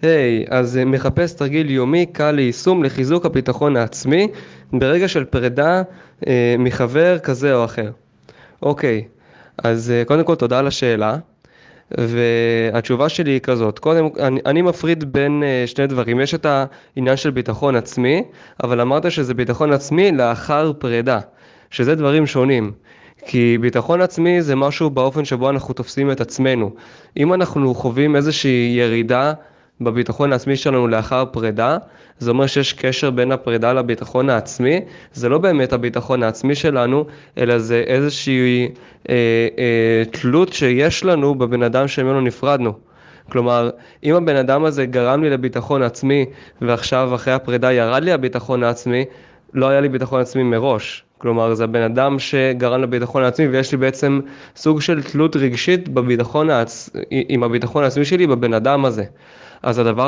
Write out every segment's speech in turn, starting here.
היי, אז מחפש תרגיל יומי קל ליישום לחיזוק הביטחון העצמי ברגע של פרידה מחבר כזה או אחר. אוקיי, אז קודם כל תודה על השאלה, והתשובה שלי היא כזאת. קודם, אני מפריד בין שני דברים. יש את העניין של ביטחון עצמי, אבל אמרת שזה ביטחון עצמי לאחר פרידה, שזה דברים שונים. כי ביטחון עצמי זה משהו באופן שבו אנחנו תופסים את עצמנו. אם אנחנו חווים איזושהי ירידה בביטחון העצמי שלנו לאחר פרידה, זה אומר שיש קשר בין הפרידה לביטחון העצמי. זה לא באמת הביטחון העצמי שלנו, אלא זה איזושהי תלות שיש לנו בבן אדם שממנו נפרדנו. כלומר, אם הבן אדם הזה גרם לי לביטחון עצמי, ועכשיו אחרי הפרידה ירד לי הביטחון העצמי, לא היה לי ביטחון עצמי מראש. כלומר, זה הבן אדם שגרם לביטחון העצמי, ויש לי בעצם סוג של תלות רגשית עם הביטחון העצמי שלי בבן אדם הזה. אז הדבר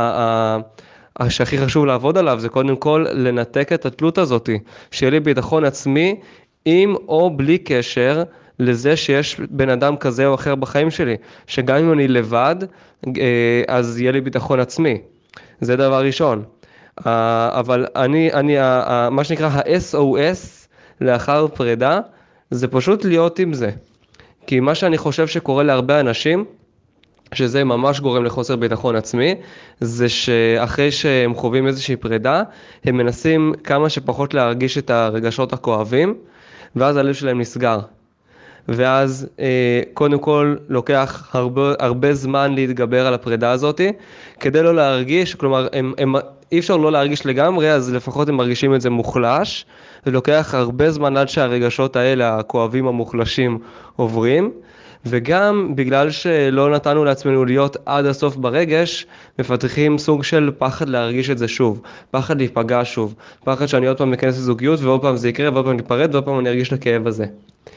שהכי חשוב לעבוד עליו זה קודם כל לנתק את התלות הזאת, שיהיה לי ביטחון עצמי עם או בלי קשר לזה שיש בן אדם כזה או אחר בחיים שלי, שגם אם אני לבד, אז יהיה לי ביטחון עצמי. זה דבר ראשון. אבל מה שנקרא ה-SOS לאחר פרידה, זה פשוט להיות עם זה. כי מה שאני חושב שקורה להרבה אנשים, שזה ממש גורם לחוסר ביטחון עצמי, זה שאחרי שהם חווים איזושהי פרידה, הם מנסים כמה שפחות להרגיש את הרגשות הכואבים, ואז הלב שלהם נסגר. ואז קודם כל לוקח הרבה זמן להתגבר על הפרידה הזאת, כדי לא להרגיש, כלומר אי אפשר לא להרגיש לגמרי, אז לפחות הם מרגישים את זה מוחלש, ולוקח הרבה זמן עד שהרגשות האלה, הכואבים המוחלשים, עוברים. וגם בגלל שלא נתנו לעצמנו להיות עד הסוף ברגש, מפתחים סוג של פחד להרגיש את זה שוב, פחד להיפגע שוב, פחד שאני עוד פעם אכנס לזוגיות ועוד פעם זה יקרה ועוד פעם ניפרד ועוד פעם אני ארגיש את הכאב הזה.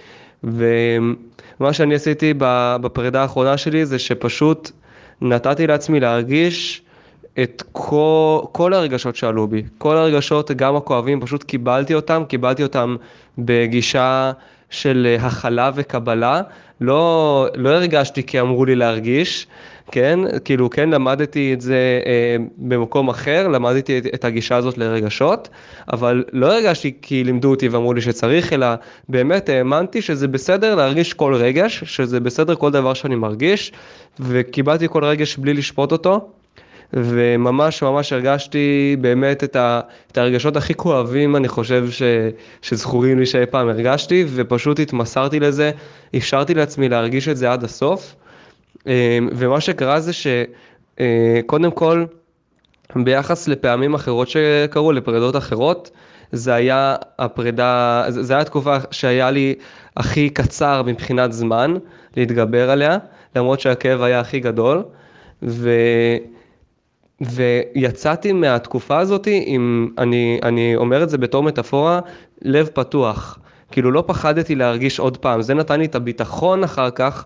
ומה שאני עשיתי בפרידה האחרונה שלי זה שפשוט נתתי לעצמי להרגיש את כל הרגשות שעלו בי, כל הרגשות, גם הכואבים, פשוט קיבלתי אותם בגישה של הכלה וקבלה. לא הרגשתי כי אמרו לי להרגיש, כן, כאילו כן למדתי את זה במקום אחר, למדתי את הגישה הזאת לרגשות, אבל לא הרגשתי כי לימדו אותי ואמרו לי שצריך, אלא באמת האמנתי שזה בסדר להרגיש כל רגש, שזה בסדר כל דבר שאני מרגיש, וקיבלתי כל רגש בלי לשפוט אותו. וממש ממש הרגשתי באמת את הרגשות הכי כואבים, אני חושב שזכורים לי שאי פעם הרגשתי, ופשוט התמסרתי לזה, אפשרתי לעצמי להרגיש את זה עד הסוף. ומה שקרה זה שקודם כל, ביחס לפעמים אחרות שקרו, לפרידות אחרות, זה היה התקופה שהיה לי הכי קצר מבחינת זמן להתגבר עליה, למרות שהכאב היה הכי גדול, ויצאתי מהתקופה הזאת אני אומר את זה בתור מטאפורה, לב פתוח. כאילו לא פחדתי להרגיש עוד פעם, זה נתן לי את הביטחון אחר כך,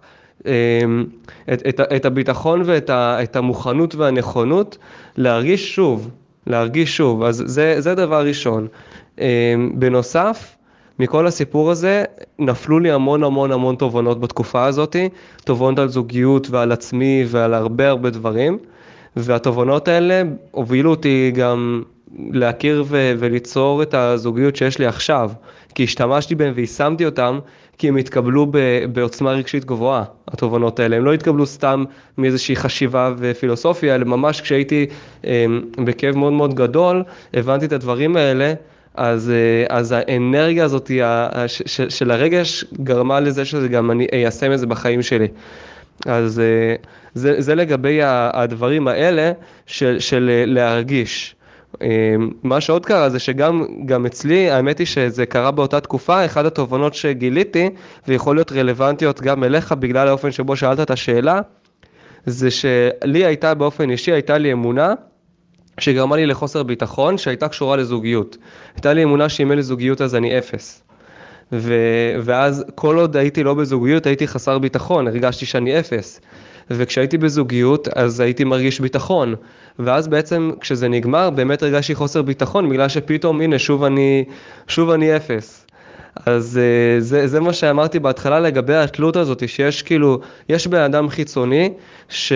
את הביטחון ואת המוכנות והנכונות להרגיש שוב. אז זה דבר ראשון. בנוסף, מכל הסיפור הזה נפלו לי המון המון המון תובנות בתקופה הזאת, תובנות על זוגיות ועל עצמי ועל הרבה דברים. והתובנות האלה הובילו אותי גם להכיר וליצור את הזוגיות שיש לי עכשיו, כי השתמשתי בהם ויישמתי אותם, כי הם התקבלו בעוצמה רגשית גבוהה, התובנות האלה. הם לא התקבלו סתם מאיזושהי חשיבה ופילוסופיה, אלא ממש כשהייתי בכאב מאוד מאוד גדול, הבנתי את הדברים האלה, אז האנרגיה הזאת של הרגש גרמה לזה שזה גם אני איישם את זה בחיים שלי. אז זה לגבי הדברים האלה של להרגיש. מה שעוד קרה זה שגם אצלי, האמת היא שזה קרה באותה תקופה, אחד התובנות שגיליתי, ויכול להיות רלוונטיות גם אליך בגלל האופן שבו שאלת את השאלה, זה שלי הייתה באופן אישי, הייתה לי אמונה, שגרמה לי לחוסר ביטחון, שהייתה קשורה לזוגיות. הייתה לי אמונה שאם אין לי זוגיות אז אני אפס. ואז כל עוד הייתי לא בזוגיות, הייתי חסר ביטחון, הרגשתי שאני אפס. וכשהייתי בזוגיות, אז הייתי מרגיש ביטחון. ואז בעצם כשזה נגמר, באמת הרגשתי חוסר ביטחון, בגלל שפתאום, הנה, שוב אני אפס. אז זה מה שאמרתי בהתחלה לגבי התלות הזאת, שיש כאילו, יש בן אדם חיצוני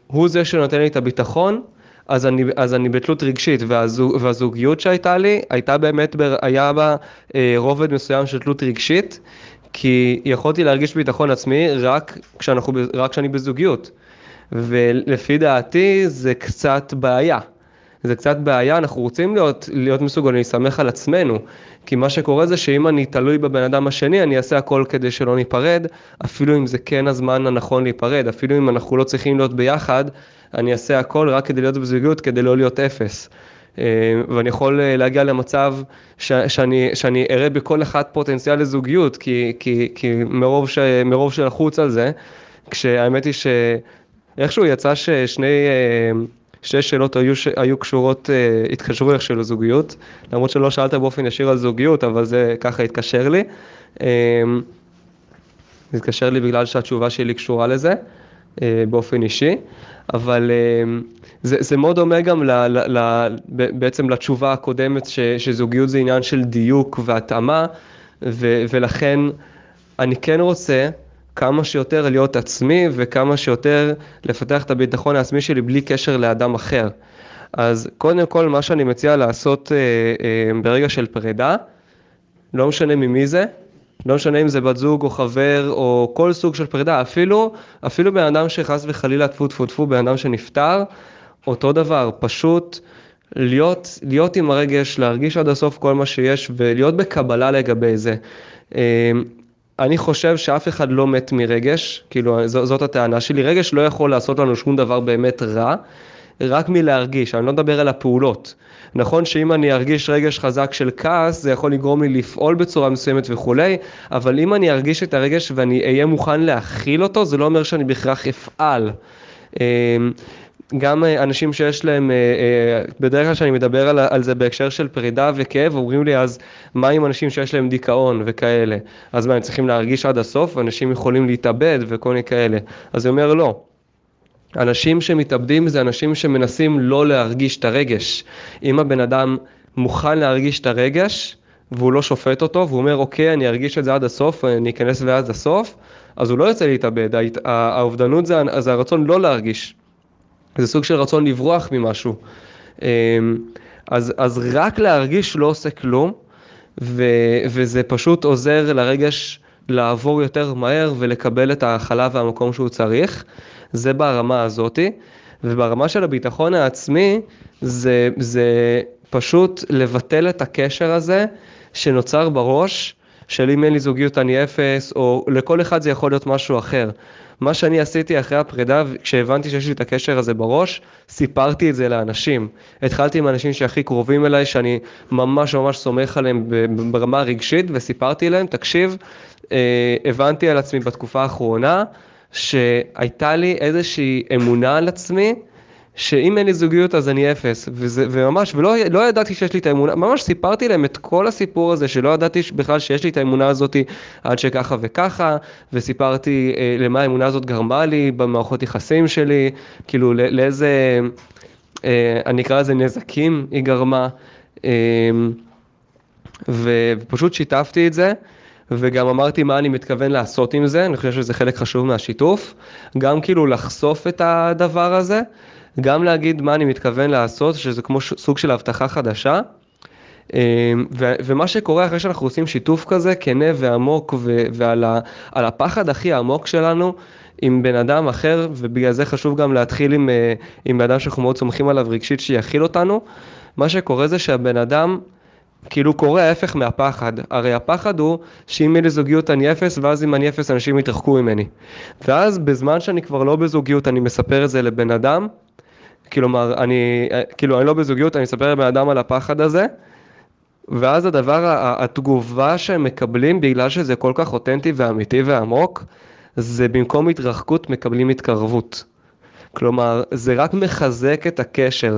הוא זה שנותן לי את הביטחון, אז אני בתלות רגשית, והזוגיות שהייתה לי, היה בה רובד מסוים של תלות רגשית, כי יכולתי להרגיש ביטחון עצמי רק כשאני בזוגיות. ולפי דעתי זה קצת בעיה. זה קצת בעיה, אנחנו רוצים להיות מסוגלים להסתמך על עצמנו, כי מה שקורה זה שאם אני תלוי בבן אדם השני, אני אעשה הכל כדי שלא ניפרד, אפילו אם זה כן הזמן הנכון להיפרד, אפילו אם אנחנו לא צריכים להיות ביחד, אני אעשה הכל רק כדי להיות בזוגיות, כדי לא להיות אפס. ואני יכול להגיע למצב שאני אראה בכל אחד פוטנציאל לזוגיות, כי מרוב של החוץ על זה, כשהאמת היא שאיכשהו יצא שתי שאלות היו קשורות, התקשרו איך של זוגיות, למרות שלא שאלת באופן ישיר על זוגיות, אבל זה ככה התקשר לי. זה התקשר לי בגלל שהתשובה שלי קשורה לזה, באופן אישי, אבל זה מאוד דומה גם בעצם לתשובה הקודמת, שזוגיות זה עניין של דיוק והתאמה, ולכן אני כן רוצה כמה שיותר להיות עצמי, וכמה שיותר לפתח את הביטחון העצמי שלי בלי קשר לאדם אחר. אז קודם כל מה שאני מציע לעשות ברגע של פרידה, לא משנה ממי זה, לא משנה אם זה בת זוג או חבר או כל סוג של פרידה, אפילו בן אדם שחס וחלילה טפו, בן אדם שנפטר, אותו דבר, פשוט להיות עם הרגש, להרגיש עד הסוף כל מה שיש ולהיות בקבלה לגבי זה. אני חושב שאף אחד לא מת מרגש, כאילו זאת הטענה שלי, רגש לא יכול לעשות לנו שום דבר באמת רע, רק מלהרגיש, אני לא מדבר על הפעולות. נכון שאם אני ארגיש רגש חזק של כעס, זה יכול לגרום לי לפעול בצורה מסוימת וכולי, אבל אם אני ארגיש את הרגש ואני אהיה מוכן להכיל אותו, זה לא אומר שאני בכך אפעל. גם אנשים שיש להם, בדרך כלל שאני מדבר על זה בהקשר של פרידה וכאב, אומרים לי אז מה עם אנשים שיש להם דיכאון וכאלה? אז מה, הם צריכים להרגיש עד הסוף, ואנשים יכולים להתאבד וכל מיני כאלה. אז אני אומר לא. אנשים שמתאבדים זה אנשים שמנסים לא להרגיש את הרגש. אם הבן אדם מוכן להרגיש את הרגש, והוא לא שופט אותו, והוא אומר אוקיי, אני ארגיש את זה עד הסוף, אני אכנס ועד הסוף, אז הוא לא יוצא להתאבד. האובדנות זה הרצון לא להרגיש. זה סוג של רצון לברוח ממשהו. אז רק להרגיש לא עושה כלום, וזה פשוט עוזר לרגש לעבור יותר מהר ולקבל את ההכלה והמקום שהוא צריך. זה ברמה הזאת, וברמה של הביטחון העצמי, זה פשוט לבטל את הקשר הזה שנוצר בראש, של אם אין לי זוגיות אני אפס, או לכל אחד זה יכול להיות משהו אחר. מה שאני עשיתי אחרי הפרידה, כשהבנתי שיש לי את הקשר הזה בראש, סיפרתי את זה לאנשים. התחלתי עם אנשים שהכי קרובים אליי, שאני ממש סומך עליהם ברמה הרגשית, וסיפרתי להם, תקשיב, הבנתי על עצמי בתקופה האחרונה, שהייתה לי איזושהי אמונה על עצמי, שאם אין לי זוגיות אז אני אפס, וממש, ולא ידעתי שיש לי את האמונה, ממש סיפרתי להם את כל הסיפור הזה, שלא ידעתי בכלל שיש לי את האמונה הזאת עד שככה וככה, וסיפרתי למה האמונה הזאת גרמה לי במערכות יחסים שלי, כאילו לאיזה, אני אקרא לזה נזקים היא גרמה, ופשוט שיתפתי את זה, וגם אמרתי מה אני מתכוון לעשות עם זה, אני חושב שזה חלק חשוב מהשיתוף, גם כאילו לחשוף את הדבר הזה, גם להגיד מה אני מתכוון לעשות, שזה כמו סוג של הבטחה חדשה, ומה שקורה אחרי שאנחנו עושים שיתוף כזה, כנה ועמוק, ועל הפחד הכי עמוק שלנו, עם בן אדם אחר, ובגלל זה חשוב גם להתחיל עם בן אדם שאנחנו מאוד סומכים עליו רגשית שיכיל אותנו, מה שקורה זה שהבן אדם, כאילו קורה ההפך מהפחד, הרי הפחד הוא שאם אין לי זוגיות אני אפס, ואז אם אני אפס אנשים יתרחקו ממני. ואז בזמן שאני כבר לא בזוגיות אני מספר את זה לבן אדם, כלומר אני לא בזוגיות, אני מספר לבן אדם על הפחד הזה, ואז התגובה שהם מקבלים בגלל שזה כל כך אותנטי ואמיתי ועמוק, זה במקום התרחקות מקבלים התקרבות. כלומר זה רק מחזק את הקשר.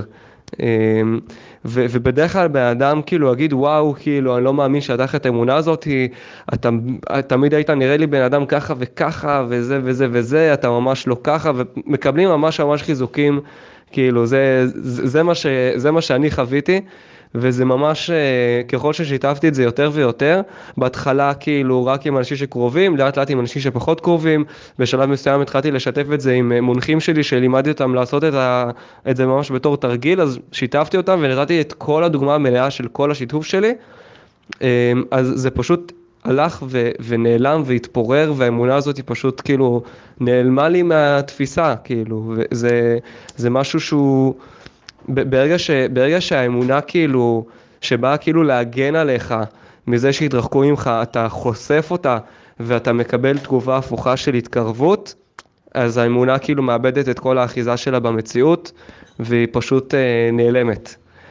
ובדרך כלל באדם כאילו אגיד וואו, כאילו אני לא מאמין שדרך את האמונה הזאת, אתה תמיד היית נראה לי בן אדם ככה וככה וזה וזה וזה, אתה ממש לא ככה, ומקבלים ממש חיזוקים, כאילו זה מה שאני חוויתי, וזה ממש, ככל ששיתפתי את זה יותר ויותר, בהתחלה כאילו רק עם אנשים שקרובים, לאט לאט עם אנשים שפחות קרובים, בשלב מסוים התחלתי לשתף את זה עם מונחים שלי, שלימדתי אותם לעשות את זה ממש בתור תרגיל, אז שיתפתי אותם ונתתי את כל הדוגמה המלאה של כל השיתוף שלי, אז זה פשוט הלך ונעלם והתפורר, והאמונה הזאת היא פשוט כאילו נעלמה לי מהתפיסה, כאילו, זה משהו שהוא, ברגע שהאמונה כאילו, שבאה כאילו להגן עליך, מזה שהתרחקו ממך, אתה חושף אותה, ואתה מקבל תגובה הפוכה של התקרבות, אז האמונה כאילו מאבדת את כל האחיזה שלה במציאות, והיא פשוט נעלמת.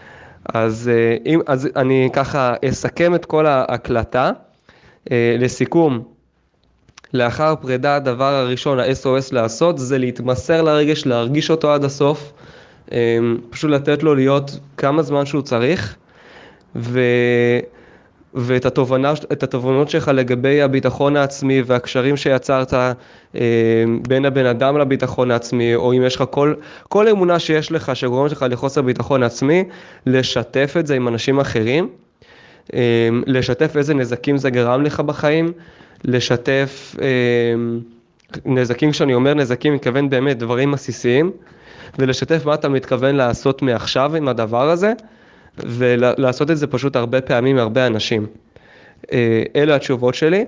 אז אני ככה אסכם את כל ההקלטה. לסיכום, לאחר פרידה הדבר הראשון, ה-SOS לעשות, זה להתמסר לרגש, להרגיש אותו עד הסוף, פשוט לתת לו להיות כמה זמן שהוא צריך, ו... ואת התובנות שלך לגבי הביטחון העצמי והקשרים שיצרת בין הבן אדם לביטחון העצמי, או אם יש לך כל אמונה שיש לך שגורמת לך לחוסר ביטחון עצמי, לשתף את זה עם אנשים אחרים, לשתף איזה נזקים זה גרם לך בחיים, לשתף נזקים, כשאני אומר נזקים, אני מתכוון באמת דברים עסיסיים, ולשתף מה אתה מתכוון לעשות מעכשיו עם הדבר הזה, ולעשות את זה פשוט הרבה פעמים, הרבה אנשים. אלה התשובות שלי,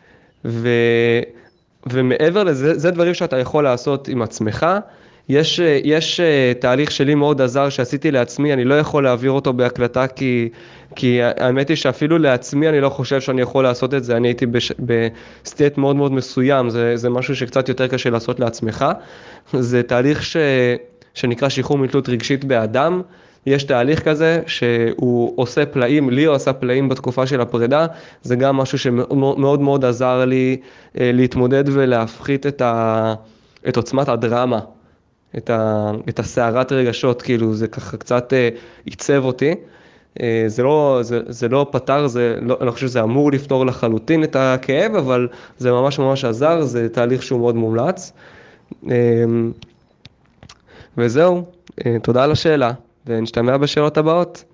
ומעבר לזה, זה דברים שאתה יכול לעשות עם עצמך. יש תהליך שלי מאוד עזר שעשיתי לעצמי, אני לא יכול להעביר אותו בהקלטה, כי האמת היא שאפילו לעצמי אני לא חושב שאני יכול לעשות את זה, אני הייתי בסטייט מאוד מאוד מסוים, זה משהו שקצת יותר קשה לעשות לעצמך. זה תהליך שנקרא שחרור מתלות רגשית באדם. יש תהליך כזה שהוא עושה פלאים, לי הוא עשה פלאים בתקופה של הפרידה, זה גם משהו שמאוד מאוד עזר לי להתמודד ולהפחית את עוצמת הדרמה, את הסערת רגשות, כאילו זה ככה קצת עיצב אותי. זה לא פתר, אני לא חושב שזה אמור לפתור לחלוטין את הכאב, אבל זה ממש ממש עזר, זה תהליך שהוא מאוד מומלץ. וזהו, תודה על השאלה, ונשתמע בשאלות הבאות.